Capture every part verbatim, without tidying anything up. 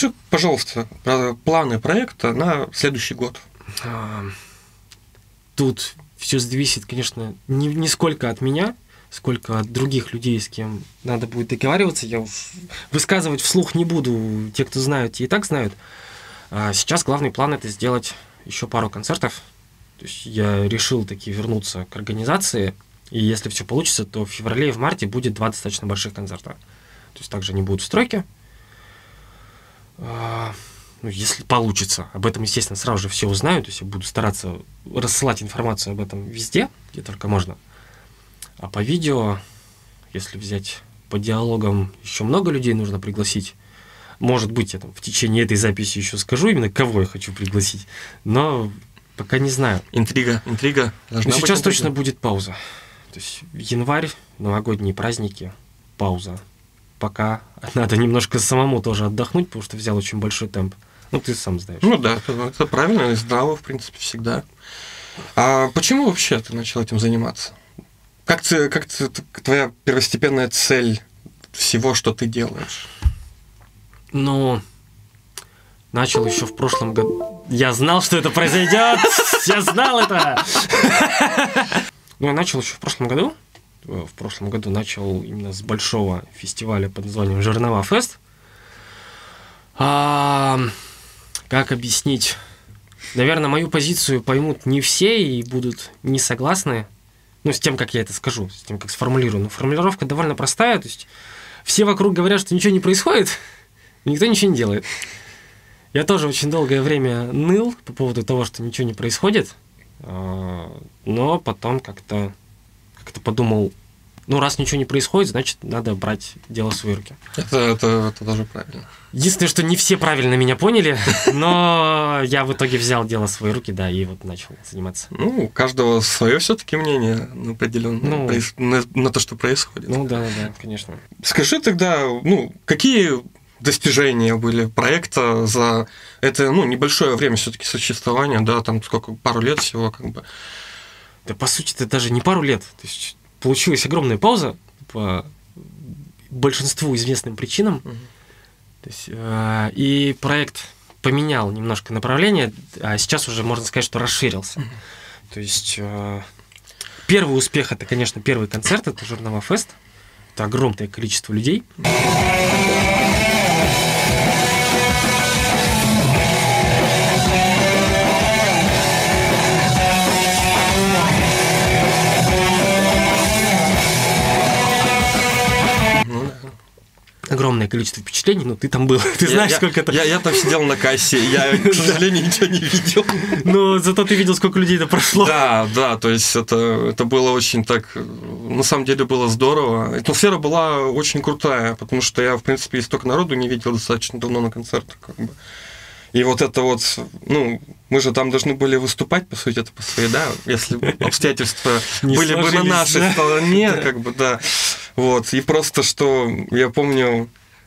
Расскажи, пожалуйста, про планы проекта на следующий год. Тут все зависит, конечно, не, не сколько от меня, сколько от других людей, с кем надо будет договариваться. Я высказывать вслух не буду. Те, кто знают, те и так знают. А сейчас главный план – это сделать еще пару концертов. То есть я решил таки вернуться к организации. И если все получится, то в феврале и в марте будет два достаточно больших концерта. То есть также они будут в стройке. А, ну, если получится. Об этом, естественно, сразу же все узнают. То есть я буду стараться рассылать информацию об этом везде, где только можно. А по видео, если взять по диалогам, еще много людей нужно пригласить. Может быть, я там в течение этой записи еще скажу именно, кого я хочу пригласить. Но пока не знаю. Интрига, интрига. Но сейчас интрига. Точно будет пауза. То есть январь, новогодние праздники, пауза. Пока надо немножко самому тоже отдохнуть, потому что взял очень большой темп. Ну, ты сам знаешь. Ну да, это, это правильно и здраво, в принципе, всегда. А почему вообще ты начал этим заниматься? Как, ты, как ты, твоя первостепенная цель всего, что ты делаешь? Ну, начал еще в прошлом году. Я знал, что это произойдет! Я знал это! Ну, я начал еще в прошлом году. В прошлом году начал именно с большого фестиваля под названием Жернова Фест. А, как объяснить? Наверное, мою позицию поймут не все и будут не согласны. Ну, с тем, как я это скажу, с тем, как сформулирую. Но формулировка довольно простая. То есть все вокруг говорят, что ничего не происходит, и никто ничего не делает. Я тоже очень долгое время ныл по поводу того, что ничего не происходит. Но потом как-то, как-то подумал, ну, раз ничего не происходит, значит, надо брать дело в свои руки. Это, это, это тоже правильно. Единственное, что не все правильно меня поняли, но я в итоге взял дело в свои руки, да, и вот начал заниматься. Ну, у каждого свое все-таки мнение определенное ну, проис... на, на то, что происходит. Ну, да, да, конечно. Скажи тогда, ну, какие достижения были проекта за это, ну, небольшое время все-таки существования, да, там сколько, пару лет всего, как бы. Да, по сути, это даже не пару лет. То есть получилась огромная пауза по большинству известным причинам. Угу. То есть, э, и проект поменял немножко направление, а сейчас уже можно сказать, что расширился. Угу. То есть э, первый успех – это, конечно, первый концерт, это Жернова Фест. Это огромное количество людей. Огромное количество впечатлений, но ты там был, ты я, знаешь, я, сколько это... Я, я там сидел на кассе, я, к сожалению, ничего не видел. Но зато ты видел, сколько людей это прошло. Да, да, то есть это, это было очень так... На самом деле было здорово. Атмосфера была очень крутая, потому что я, в принципе, и столько народу не видел достаточно давно на концертах, как бы. И вот это вот, ну, мы же там должны были выступать, по сути, это по своей, да, если обстоятельства были бы на нашей стороне, как бы, да. Вот, и просто что, я помню,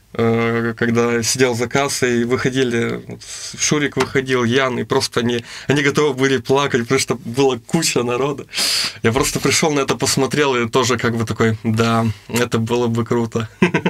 когда сидел за кассой, выходили, Шурик выходил, Ян, и просто они, они готовы были плакать, потому что была куча народа. Я просто пришел на это, посмотрел, и тоже как бы такой, да, это было бы круто.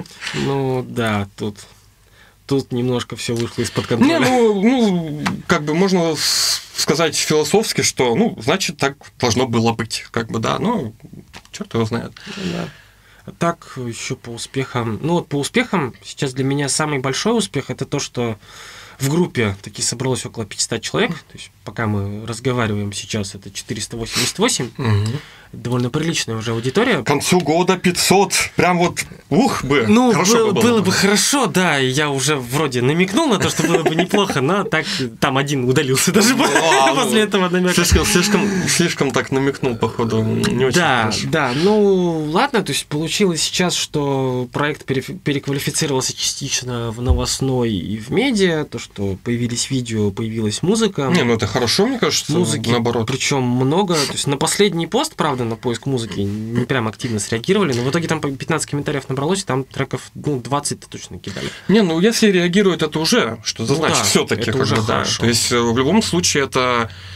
Ну, да, тут... Тут немножко все вышло из-под контроля. Не, ну, ну, как бы можно сказать философски, что, ну, значит, так должно было быть, как бы, да, ну, черт его знает. Да. А так, еще по успехам, ну, вот по успехам, сейчас для меня самый большой успех, это то, что в группе таки собралось около пятьсот человек, то есть пока мы разговариваем сейчас, это четыреста восемьдесят восемь, угу. Довольно приличная уже аудитория. К концу года пятьсот, прям вот, ух бы, ну, хорошо было, бы было. Было бы хорошо, да, и я уже вроде намекнул на то, что было бы неплохо, но так там один удалился даже после этого намека. Слишком, слишком, слишком так намекнул, походу, не очень да, хорошо. Да, ну, ладно, то есть получилось сейчас, что проект переквалифицировался частично в новостной и в медиа, то, что появились видео, появилась музыка. Не, ну это хорошо, мне кажется, музыки, наоборот. Причем много, то есть на последний пост, правда, на поиск музыки не прям активно среагировали, но в итоге там пятнадцать комментариев набралось, там треков, ну, двадцать точно кидали. Не, ну если реагируют, это уже что-то ну, значит да, все-таки. Это уже бы, хорошо. Да. То есть в любом случае это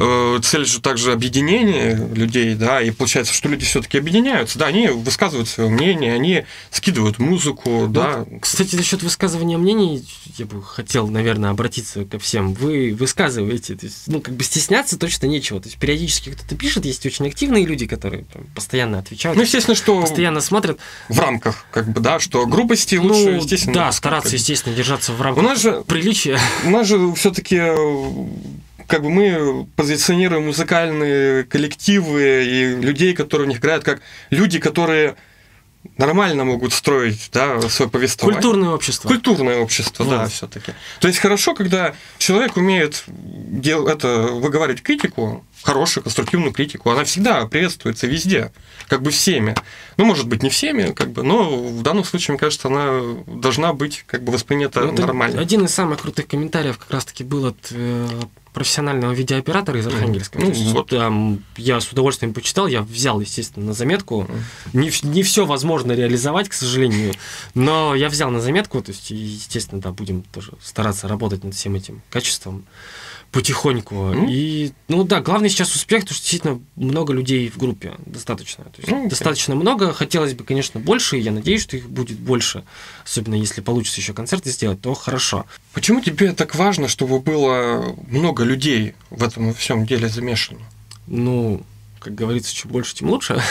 э, цель же также объединение людей, да, и получается, что люди все-таки объединяются, да, они высказывают свое мнение, они скидывают музыку, ну, да. Кстати, насчет высказывания мнений, я бы хотел, наверное, обратиться ко всем. Вы высказываете, то есть, ну, как бы стесняться точно нечего. То есть периодически кто-то пишет, есть очень активные люди, которые там, постоянно отвечают. Ну, естественно, что постоянно смотрят. В рамках, как бы, да, что грубости лучше, ну, естественно. Да, стараться, естественно, держаться в рамках у нас же, приличия. У нас же все-таки как бы мы позиционируем музыкальные коллективы и людей, которые в них играют, как люди, которые нормально могут строить, да, свое повествование. Культурное общество. Культурное общество, вот. Да, все-таки. То есть хорошо, когда человек умеет дел, это, выговаривать критику, хорошую, конструктивную критику, она всегда приветствуется везде, как бы всеми. Ну, может быть, не всеми, как бы, но в данном случае, мне кажется, она должна быть как бы воспринята ну, нормально. Один из самых крутых комментариев как раз-таки был от э, профессионального видеооператора из Архангельска. Ну, есть, вот. там, я с удовольствием почитал, я взял, естественно, на заметку. Не, не все возможно реализовать, к сожалению, но я взял на заметку, то есть, естественно, да, будем тоже стараться работать над всем этим качеством потихоньку. Mm. И, ну да, главный сейчас успех, потому что действительно много людей в группе, достаточно. То есть, mm, okay. достаточно много, хотелось бы, конечно, больше, и я надеюсь, что их будет больше, особенно если получится еще концерты сделать, то хорошо. Почему тебе так важно, чтобы было много людей в этом всем деле замешано? Ну, как говорится, чем больше, тем лучше.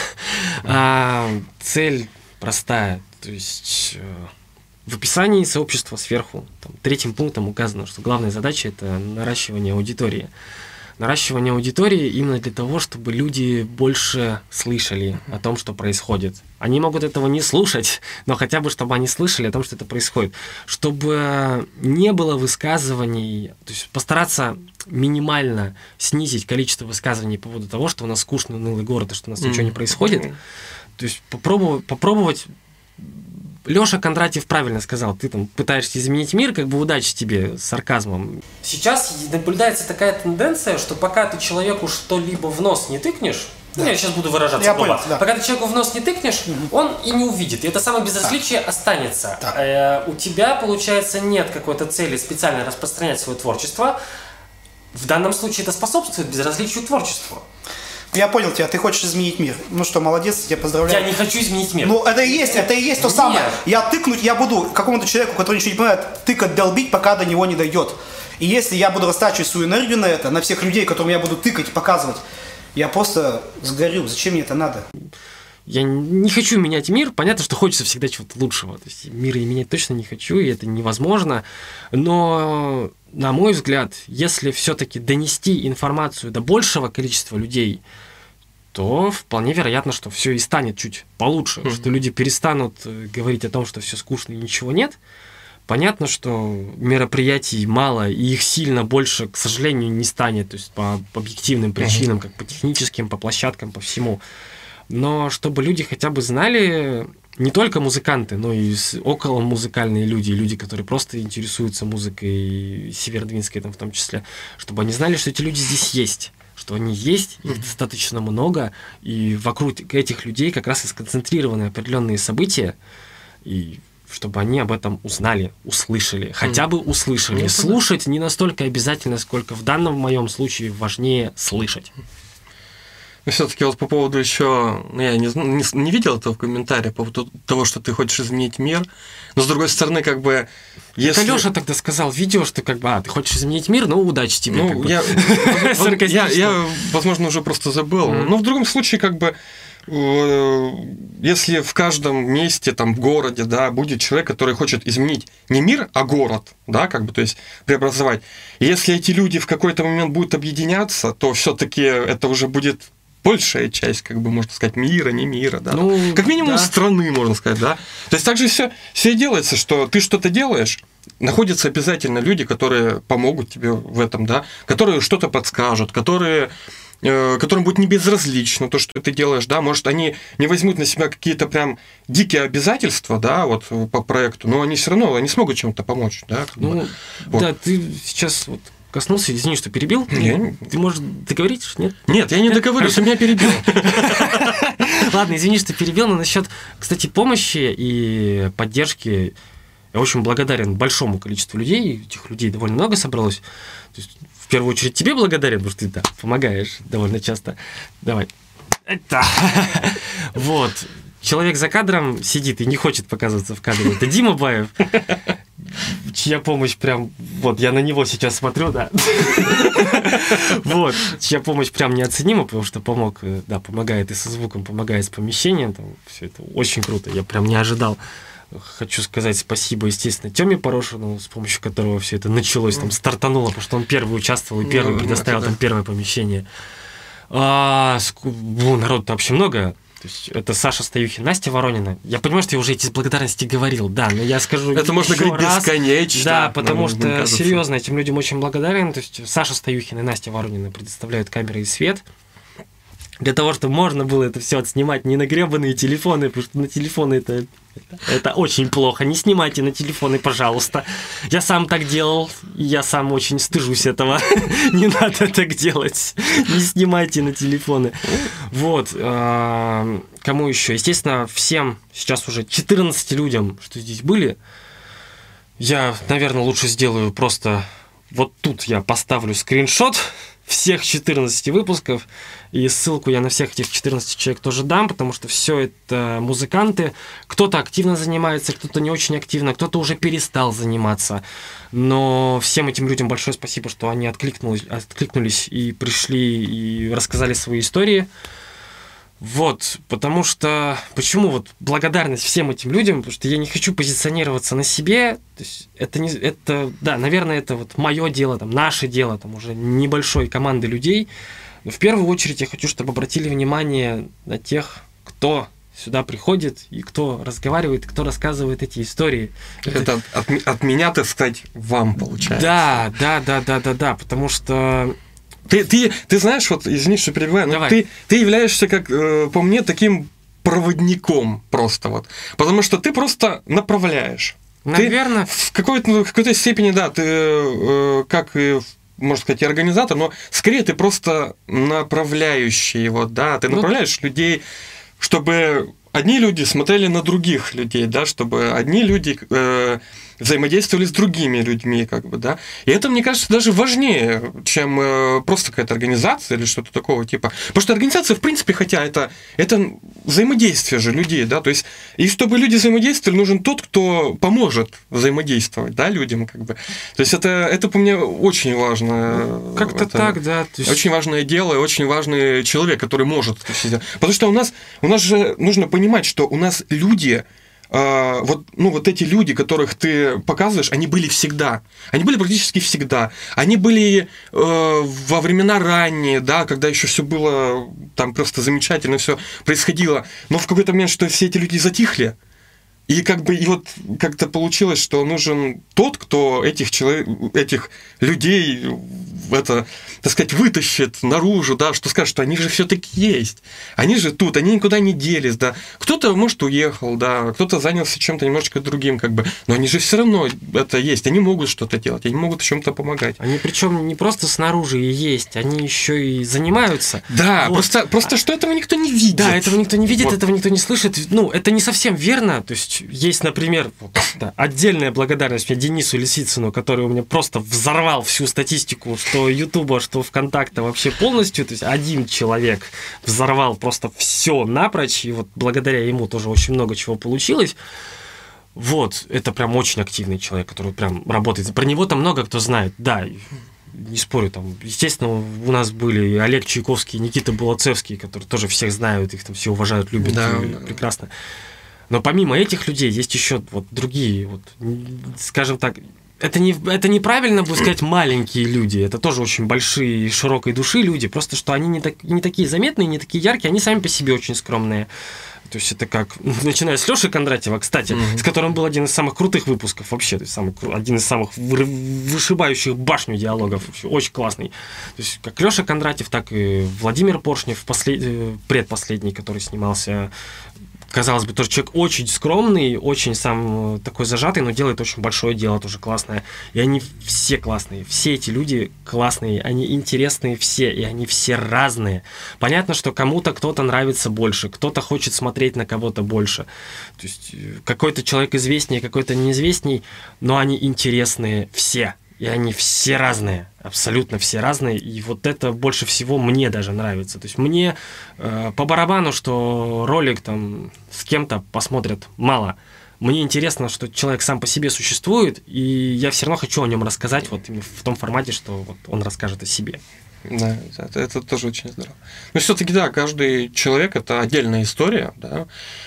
А, цель простая, то есть... В описании сообщества сверху, там, третьим пунктом указано, что главная задача – это наращивание аудитории. Наращивание аудитории именно для того, чтобы люди больше слышали о том, что происходит. Они могут этого не слушать, но хотя бы, чтобы они слышали о том, что это происходит. Чтобы не было высказываний, то есть постараться минимально снизить количество высказываний по поводу того, что у нас скучный, унылый город, и что у нас mm-hmm. ничего не происходит. То есть попробовать, попробовать Лёша Кондратьев правильно сказал, ты там пытаешься изменить мир, как бы удачи тебе с сарказмом. Сейчас наблюдается такая тенденция, что пока ты человеку что-либо в нос не тыкнешь, да. я сейчас буду выражаться я грубо, понял, да. пока ты человеку в нос не тыкнешь, mm-hmm. он и не увидит. И это самое безразличие так. останется. Так. Э, у тебя, получается, нет какой-то цели специально распространять свое творчество. В данном случае это способствует безразличию творчеству. Я понял тебя, ты хочешь изменить мир. Ну что, молодец, я поздравляю. Я не хочу изменить мир. Ну, это и есть, это и есть то самое. Я тыкнуть, я буду какому-то человеку, который ничего не понимает, тыкать, долбить, пока до него не дойдет. И если я буду растачивать свою энергию на это, на всех людей, которым я буду тыкать и показывать, я просто сгорю. Зачем мне это надо? Я не хочу менять мир. Понятно, что хочется всегда чего-то лучшего. То есть мир я менять точно не хочу, и это невозможно. Но, на мой взгляд, если все-таки донести информацию до большего количества людей, то вполне вероятно, что все и станет чуть получше, mm-hmm. что люди перестанут говорить о том, что все скучно и ничего нет. Понятно, что мероприятий мало, и их сильно больше, к сожалению, не станет, то есть по объективным причинам, mm-hmm. как по техническим, по площадкам, по всему. Но чтобы люди хотя бы знали, не только музыканты, но и околомузыкальные люди, люди, которые просто интересуются музыкой, северодвинской там в том числе, чтобы они знали, что эти люди здесь есть. Что они есть, их достаточно много, и вокруг этих людей как раз и сконцентрированы определенные события, и чтобы они об этом узнали, услышали, хотя бы услышали. Слушать не настолько обязательно, сколько в данном моем случае важнее слышать. Но все-таки вот по поводу еще, ну, я не, не, не видел этого в комментариях по поводу того, что ты хочешь изменить мир, но с другой стороны, как бы, если... Это Лёша тогда сказал в видео, что как бы, а, ты хочешь изменить мир, ну, удачи тебе. Ну, как бы. я, я, я, возможно, уже просто забыл, mm-hmm. но в другом случае, как бы, если в каждом месте, там, в городе, да, будет человек, который хочет изменить не мир, а город, да, как бы, то есть преобразовать, и если эти люди в какой-то момент будут объединяться, то все-таки это уже будет большая часть, как бы, можно сказать, мира, не мира, да. Ну, как минимум, да. страны, можно сказать, да. То есть так же все, все и делается, что ты что-то делаешь, находятся обязательно люди, которые помогут тебе в этом, да, которые что-то подскажут, которые, э, которым будет не безразлично то, что ты делаешь, да, может, они не возьмут на себя какие-то прям дикие обязательства, да, вот по проекту, но они все равно, они смогут чем-то помочь, да. Ну, вот. Да, ты сейчас вот коснулся, извини, что перебил. Я... Ты можешь договорить, нет? Нет, я не договорюсь, ты меня перебил. Ладно, извини, что перебил, но насчет, кстати, помощи и поддержки, Я очень благодарен большому количеству людей, этих людей довольно много собралось. То есть, в первую очередь тебе благодарен, потому что ты да, помогаешь довольно часто. Давай. Это. Вот. Человек за кадром сидит и не хочет показываться в кадре. Это Дима Баев, чья помощь прям... Вот, я на него сейчас смотрю, да. Вот, чья помощь прям неоценима, потому что помог, да, помогает и со звуком, помогает с помещением. Там, все это очень круто, я прям не ожидал. Хочу сказать спасибо, естественно, Тёме Порошину, с помощью которого все это началось, там, стартануло, потому что он первый участвовал и первый предоставил там первое помещение. А, ну, народу-то вообще много. То есть это Саша Стоюхин, Настя Воронина. Я понимаю, что я уже эти благодарности говорил, да, но я скажу это можно говорить раз, бесконечно. Да, потому что серьезно этим людям очень благодарен. То есть Саша Стоюхин и Настя Воронина предоставляют камеры и свет для того, чтобы можно было это все отснимать не на гребаные телефоны, потому что на телефоны это, это, это очень плохо. Не снимайте на телефоны, пожалуйста. Я сам так делал, и я сам очень стыжусь этого. Не надо так делать. Не снимайте на телефоны. Вот. Кому еще? Естественно, всем сейчас уже четырнадцати людям, что здесь были, я, наверное, лучше сделаю просто... Вот тут я поставлю скриншот всех четырнадцати выпусков, и ссылку я на всех этих четырнадцать человек тоже дам, потому что все это музыканты. Кто-то активно занимается, кто-то не очень активно, кто-то уже перестал заниматься. Но всем этим людям большое спасибо, что они откликнулись, откликнулись и пришли, и рассказали свои истории. Вот, потому что... Почему вот благодарность всем этим людям? Потому что я не хочу позиционироваться на себе. То есть это не... Это, да, наверное, это вот мое дело, там, наше дело, там, уже небольшой команды людей. Но в первую очередь я хочу, чтобы обратили внимание на тех, кто сюда приходит, и кто разговаривает, кто рассказывает эти истории. Это от, от меня, так сказать, вам получается. Да, да, да, да, да, да, потому что... Ты, ты, ты знаешь, вот, извини, что перебиваю, но ты, ты являешься, как э, по мне, таким проводником просто вот. Потому что ты просто направляешь. Наверное. Ты в какой-то, в какой-то степени, да, ты э, как и, можно сказать, и организатор, но скорее ты просто направляющий, вот, да, ты направляешь ну, людей, чтобы одни люди смотрели на других людей, да, чтобы одни люди э, взаимодействовали с другими людьми, как бы, да. И это, мне кажется, даже важнее, чем э, просто какая-то организация или что-то такого типа. Потому что организация, в принципе, хотя это, это взаимодействие же людей, да, то есть, и чтобы люди взаимодействовали, нужен тот, кто поможет взаимодействовать, да, людям, как бы. То есть это, это по мне очень важно. Как-то это так, да. То есть... Очень важное дело и очень важный человек, который может это все сделать. Потому что у нас, у нас же нужно понимать, что у нас люди... Вот, ну, вот эти люди, которых ты показываешь, они были всегда. Они были практически всегда. Они были э, во времена ранние, да, когда еще все было там просто замечательно, все происходило. Но в какой-то момент, что все эти люди затихли. И как бы и вот как-то получилось, что нужен тот, кто этих, человек, этих людей это, так сказать, вытащит наружу, да, что скажет, что они же все-таки есть. Они же тут, они никуда не делись, да. Кто-то, может, уехал, да, кто-то занялся чем-то немножечко другим, как бы, но они же все равно это есть, они могут что-то делать, они могут в чем-то помогать. Они причем не просто снаружи и есть, они еще и занимаются. Да, вот. просто, просто что этого никто не видит. Да, этого никто не видит, вот. этого никто не слышит. Ну, это не совсем верно, то есть есть, например, вот, да, отдельная благодарность мне Денису Лисицыну, который у меня просто взорвал всю статистику, что Ютуба, что ВКонтакта вообще полностью. То есть один человек взорвал просто все напрочь, и вот благодаря ему тоже очень много чего получилось. Вот, это прям очень активный человек, который прям работает. Про него там много кто знает, да, не спорю, там, естественно, у нас были Олег Чайковский, Никита Булацевский, которые тоже всех знают, их там все уважают, любят, да, прекрасно. Но помимо этих людей есть еще вот другие, вот, скажем так, это, не, это неправильно будет сказать маленькие люди, это тоже очень большие и широкой души люди, просто что они не, так, не такие заметные, не такие яркие, они сами по себе очень скромные. То есть это как, начиная с Лёши Кондратьева, кстати, mm-hmm. с которым был один из самых крутых выпусков вообще, то есть самый, один из самых вышибающих башню диалогов, вообще, очень классный. То есть как Лёша Кондратьев, так и Владимир Поршнев, послед... предпоследний, который снимался, казалось бы, тоже человек очень скромный, очень сам такой зажатый, но делает очень большое дело, тоже классное. И они все классные, все эти люди классные, они интересные все, и они все разные. Понятно, что кому-то кто-то нравится больше, кто-то хочет смотреть на кого-то больше. То есть какой-то человек известнее, какой-то неизвестней, но они интересные все. И они все разные, абсолютно все разные. И вот это больше всего мне даже нравится. То есть мне э, по барабану, что ролик там с кем-то посмотрят мало. Мне интересно, что человек сам по себе существует, и я все равно хочу о нем рассказать вот именно в том формате, что вот он расскажет о себе. Да, это, это тоже очень здорово. Но все-таки, да, каждый человек – это отдельная история, да.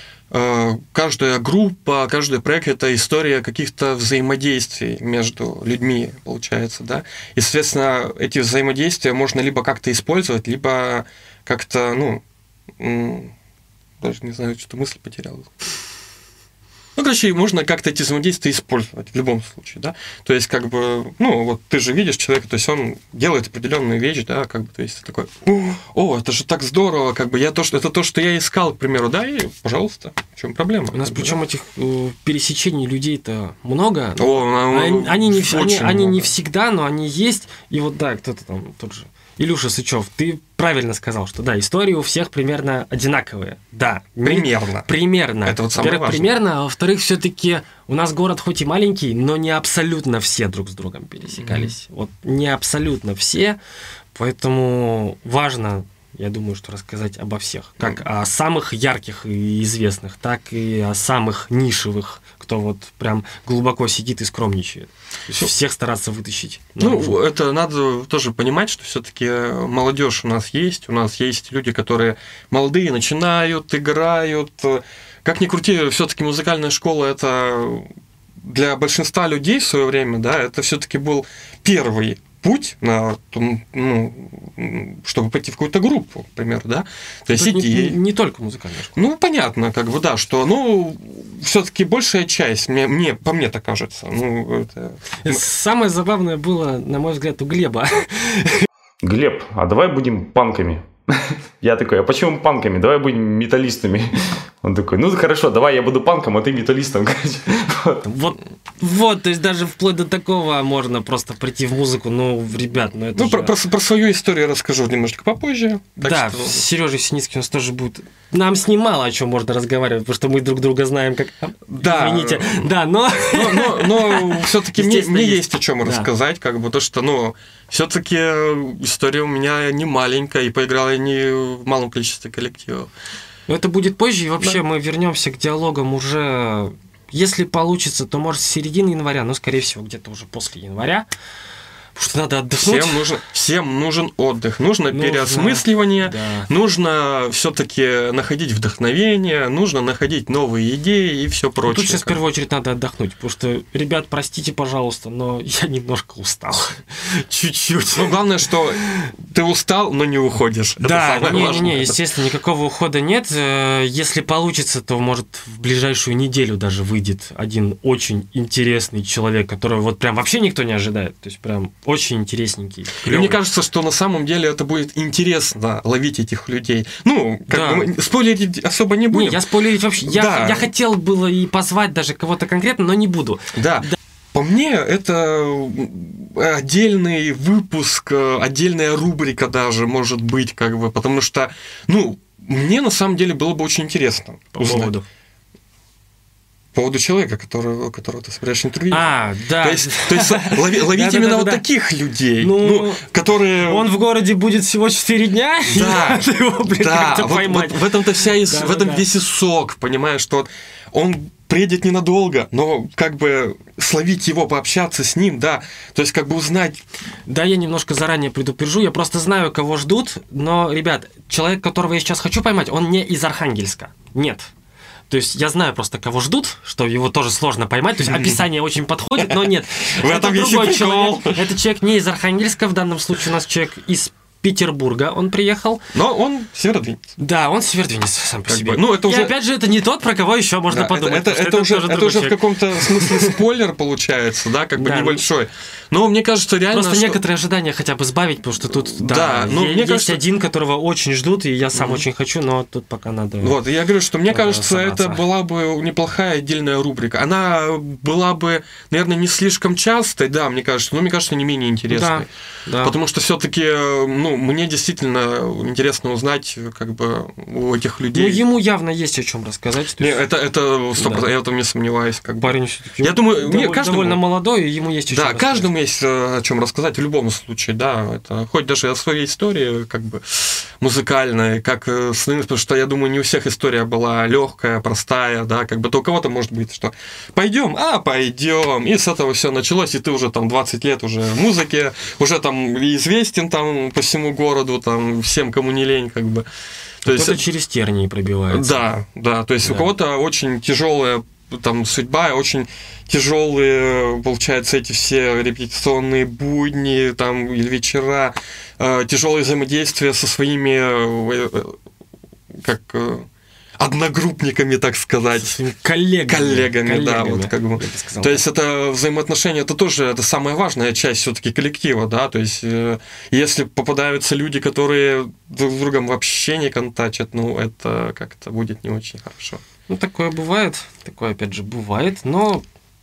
Каждая группа, каждый проект – это история каких-то взаимодействий между людьми, получается, да. И, соответственно, эти взаимодействия можно либо как-то использовать, либо как-то, ну, даже не знаю, что мысль потерял. Ну, короче, можно как-то эти взаимодействия использовать в любом случае, да. То есть, как бы, ну, вот ты же видишь человека, то есть он делает определенную вещь, да, как бы, то есть ты такой, о, это же так здорово, как бы, я то, что это то, что я искал, к примеру, да, и, пожалуйста, в чем проблема? У нас как причем бы, да? этих э, пересечений людей-то много. О, ну, они, они, не, они, много. они не всегда, но они есть. И вот да, кто-то там тот же. Илюша Сычев, ты правильно сказал, что да, истории у всех примерно одинаковые. Да. Примерно. Не, примерно. Это вот самое Во-первых, важное. примерно, а во-вторых, все-таки у нас город хоть и маленький, но не абсолютно все друг с другом пересекались. Mm-hmm. Вот не абсолютно все, поэтому важно, я думаю, что рассказать обо всех. Как mm-hmm. о самых ярких и известных, так и о самых нишевых, кто вот прям глубоко сидит и скромничает. То есть всех стараться вытащить. Ну, это надо тоже понимать, что все-таки молодежь у нас есть, у нас есть люди, которые молодые, начинают, играют. Как ни крути, все-таки музыкальная школа это для большинства людей в свое время, да, это все-таки был первый путь на, ну, чтобы пойти в какую-то группу, к примеру, да. То есть не, не только музыкальная школа. Ну, понятно, как бы, да, что, ну, все-таки большая часть, мне, мне, по мне так кажется. Ну, это... Самое забавное было, на мой взгляд, у Глеба. Глеб, а давай будем панками? Я такой, а почему панками? Давай будем металлистами. Он такой, ну хорошо, давай я буду панком, а ты металлистом. Вот. Вот, вот, то есть даже вплоть до такого можно просто прийти в музыку, ну, ребят, ну это Ну, же... про, про, про свою историю расскажу немножко попозже. Да, что... с Сережей Синицким у нас тоже будет... Нам с ним мало о чем можно разговаривать, потому что мы друг друга знаем как... Да. Извините. Да, но... Но, но, но все-таки мне, мне есть. есть о чем да. рассказать, как бы, то, что, ну, все-таки история у меня не маленькая, и поиграла я не в малом количестве коллективов. Но это будет позже, и вообще да. мы вернемся к диалогам уже... Если получится, то, может, с середины января, но, скорее всего, где-то уже после января. Потому что надо отдохнуть. Всем нужен, всем нужен отдых, нужно, нужно переосмысливание, да. нужно все-таки находить вдохновение, нужно находить новые идеи и все прочее. Тут сейчас в первую очередь надо отдохнуть, потому что, ребят, простите, пожалуйста, но я немножко устал. Чуть-чуть. Ну, главное, что ты устал, но не уходишь. Да, не-не-не, естественно, никакого ухода нет. Если получится, то, может, в ближайшую неделю даже выйдет один очень интересный человек, которого вот прям вообще никто не ожидает. То есть прям очень интересненький. И мне кажется, что на самом деле это будет интересно ловить этих людей. Ну, как да. бы мы спойлерить особо не будем. Не, я спойлерить вообще. Я, да. я хотел было и позвать даже кого-то конкретно, но не буду. Да. да. По мне, это отдельный выпуск, отдельная рубрика даже может быть, как бы, потому что, ну, мне на самом деле было бы очень интересно по узнать. Поводу. По поводу человека, которого, которого ты собираешь интервью. А, да. То есть, то есть лови, ловить именно вот таких людей, ну, которые... Он в городе будет всего четыре дня, да, и его, блин, да, как-то вот, поймать. Вот в этом-то вся и, да, в этом да, весь и сок, понимаешь, что он приедет ненадолго, но как бы словить его, пообщаться с ним, да, то есть как бы узнать... Да, я немножко заранее предупрежу, я просто знаю, кого ждут, но, ребят, человек, которого я сейчас хочу поймать, он не из Архангельска, нет. То есть я знаю просто, кого ждут, что его тоже сложно поймать. То есть описание очень подходит, но нет. В этом есть другой человек. Это человек не из Архангельска. В данном случае у нас человек из Петербурга он приехал. Но он северодвинец. Да, он северодвинец сам по Как себе. бы, ну, это И уже... опять же, это не тот, про кого еще можно Да, подумать. Это, это, это, уже, это уже в каком-то смысле спойлер получается, да, как бы Да. небольшой. Но мне кажется, реально... Просто что... некоторые ожидания хотя бы сбавить, потому что тут, да, Да, ну, е- мне есть кажется- один, которого очень ждут, и я сам Мгм. очень хочу, но тут пока надо... Вот, и я говорю, что мне Надо кажется, это собраться. была бы неплохая отдельная рубрика. Она была бы, наверное, не слишком частой, да, мне кажется, но мне кажется, не менее интересной. Да, да. Потому что все-таки, ну, мне действительно интересно узнать, как бы, у этих Ну, людей. ему явно есть о чем рассказать. то Не, есть это, это сто процентов, Да. я в этом не сомневаюсь. Как бы. Парень все-таки Я думаю, не, довольно, каждому- довольно молодой, и ему есть о чем Да, рассказать. каждому есть э, о чем рассказать в любом случае, да. Это хоть даже о своей истории, как бы музыкальной, как э, с ним, потому что я думаю, не у всех история была легкая, простая, да, как бы то у кого-то может быть, что пойдем, а пойдем, и с этого все началось, и ты уже там двадцать лет уже в музыке, уже там и известен там по всему городу, там всем, кому не лень, как бы. То есть, Кто-то через тернии пробивается. да, да, то есть Да. у кого-то очень тяжелая там судьба, очень тяжелые, получается, эти все репетиционные будни, там, или вечера, э, тяжелое взаимодействие со своими, э, э, как, э, одногруппниками, так сказать. Со своими коллегами. Коллегами, да, вот как бы. я бы сказал То так. есть это взаимоотношения, это тоже это самая важная часть все-таки коллектива, да, то есть э, если попадаются люди, которые друг с другом вообще не контачат, ну это как-то будет не очень хорошо. Ну, такое бывает, такое, опять же, бывает, но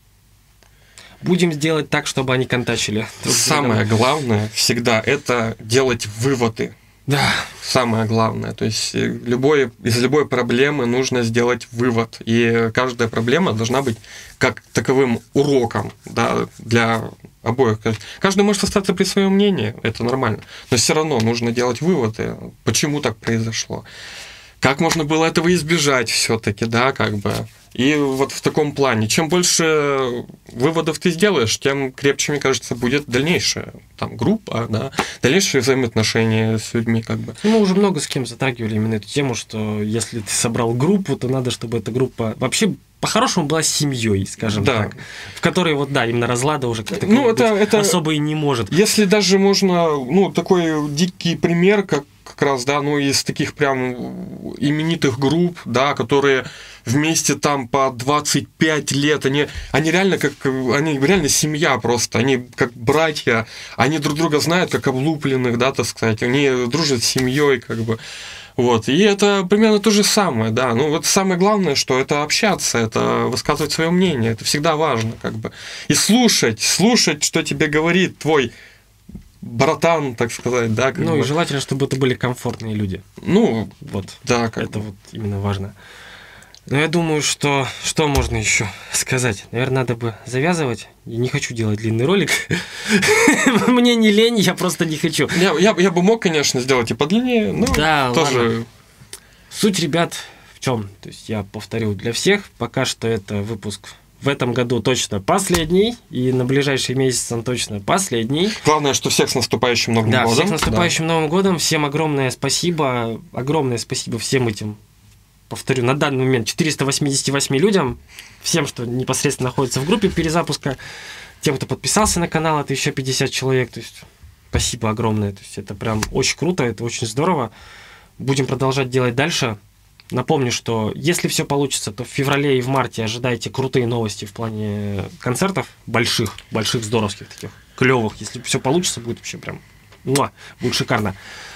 будем сделать так, чтобы они контачили. друг с другом. Самое главное всегда это делать выводы. Да, Самое главное. То есть э, любой, из любой проблемы нужно сделать вывод. И каждая проблема должна быть как таковым уроком, да, для обоих. То есть каждый может остаться при своем мнении, это нормально. Но все равно нужно делать выводы, почему так произошло. Как можно было этого избежать все-таки, да, как бы. И вот в таком плане, чем больше выводов ты сделаешь, тем крепче, мне кажется, будет дальнейшая там группа, да, дальнейшие взаимоотношения с людьми, как бы. мы уже много с кем затрагивали именно эту тему, что если ты собрал группу, то надо, чтобы эта группа вообще по-хорошему была семьей, скажем Да. так, в которой вот, да, именно разлада уже как Ну, это- это- особо и не может. Если даже можно, ну, такой дикий пример, как как раз, да, ну, из таких прям именитых групп, да, которые вместе там по двадцать пять лет, они, они реально как, они реально семья просто, они как братья, они друг друга знают как облупленных, да, так сказать, они дружат с семьей, как бы. Вот. И это примерно то же самое, да. Ну, вот самое главное, что это общаться, это высказывать свое мнение, это всегда важно, как бы. И слушать, слушать, что тебе говорит твой братан, так сказать, да. Как Ну, бы. и желательно, чтобы это были комфортные люди. Ну, Вот. да, как Это бы. вот именно важно. Но я думаю, что что можно еще сказать? Наверное, надо бы завязывать. Я не хочу делать длинный ролик. Мне не лень, я просто не хочу. Я, я, я бы мог, конечно, сделать и подлиннее, но Да, тоже. ладно. Суть, ребят, в чем? То есть я повторю для всех, пока что это выпуск в этом году точно последний, и на ближайший месяц он точно последний. Главное, что всех с наступающим Новым Да, годом. всех с наступающим Новым годом. Всем огромное спасибо. Огромное спасибо всем этим, повторю, на данный момент четыреста восемьдесят восемь людям. Всем, что непосредственно находится в группе перезапуска. Тем, кто подписался на канал, это еще пятьдесят человек. То есть спасибо огромное. То есть это прям очень круто, это очень здорово. Будем продолжать делать дальше. Напомню, что если все получится, то в феврале и в марте ожидайте крутые новости в плане концертов. Больших, больших, здоровских таких, клевых. Если все получится, будет вообще прям... Муа, будет шикарно.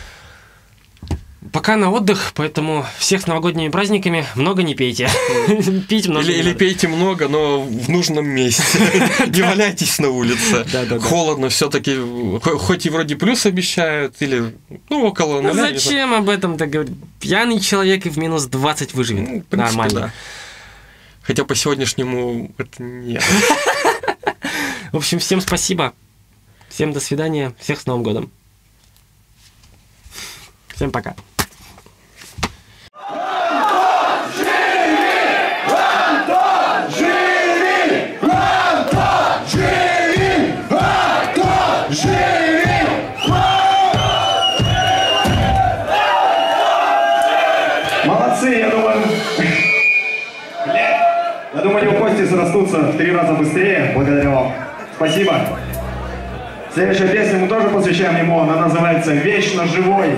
Пока на отдых, поэтому всех с новогодними праздниками много не пейте. Пить много Или, не или надо. пейте много, но в нужном месте. Не валяйтесь на улице. Да-да-да. Холодно все-таки. Хоть и вроде плюс обещают, или ну около Ну нуля. не знаю. зачем об этом-то говорить? Пьяный человек и в минус двадцать выживет. Ну, в принципе, Нормально. да. Хотя по сегодняшнему это нет. В общем, всем спасибо. Всем до свидания. Всех с Новым годом. Всем пока. Молодцы, я думаю. Я думаю, они у Кости срастутся в три раза быстрее, благодаря вам. Спасибо. Следующая песня мы тоже посвящаем ему, она называется «Вечно живой».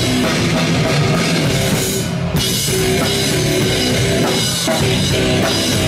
We'll be right back.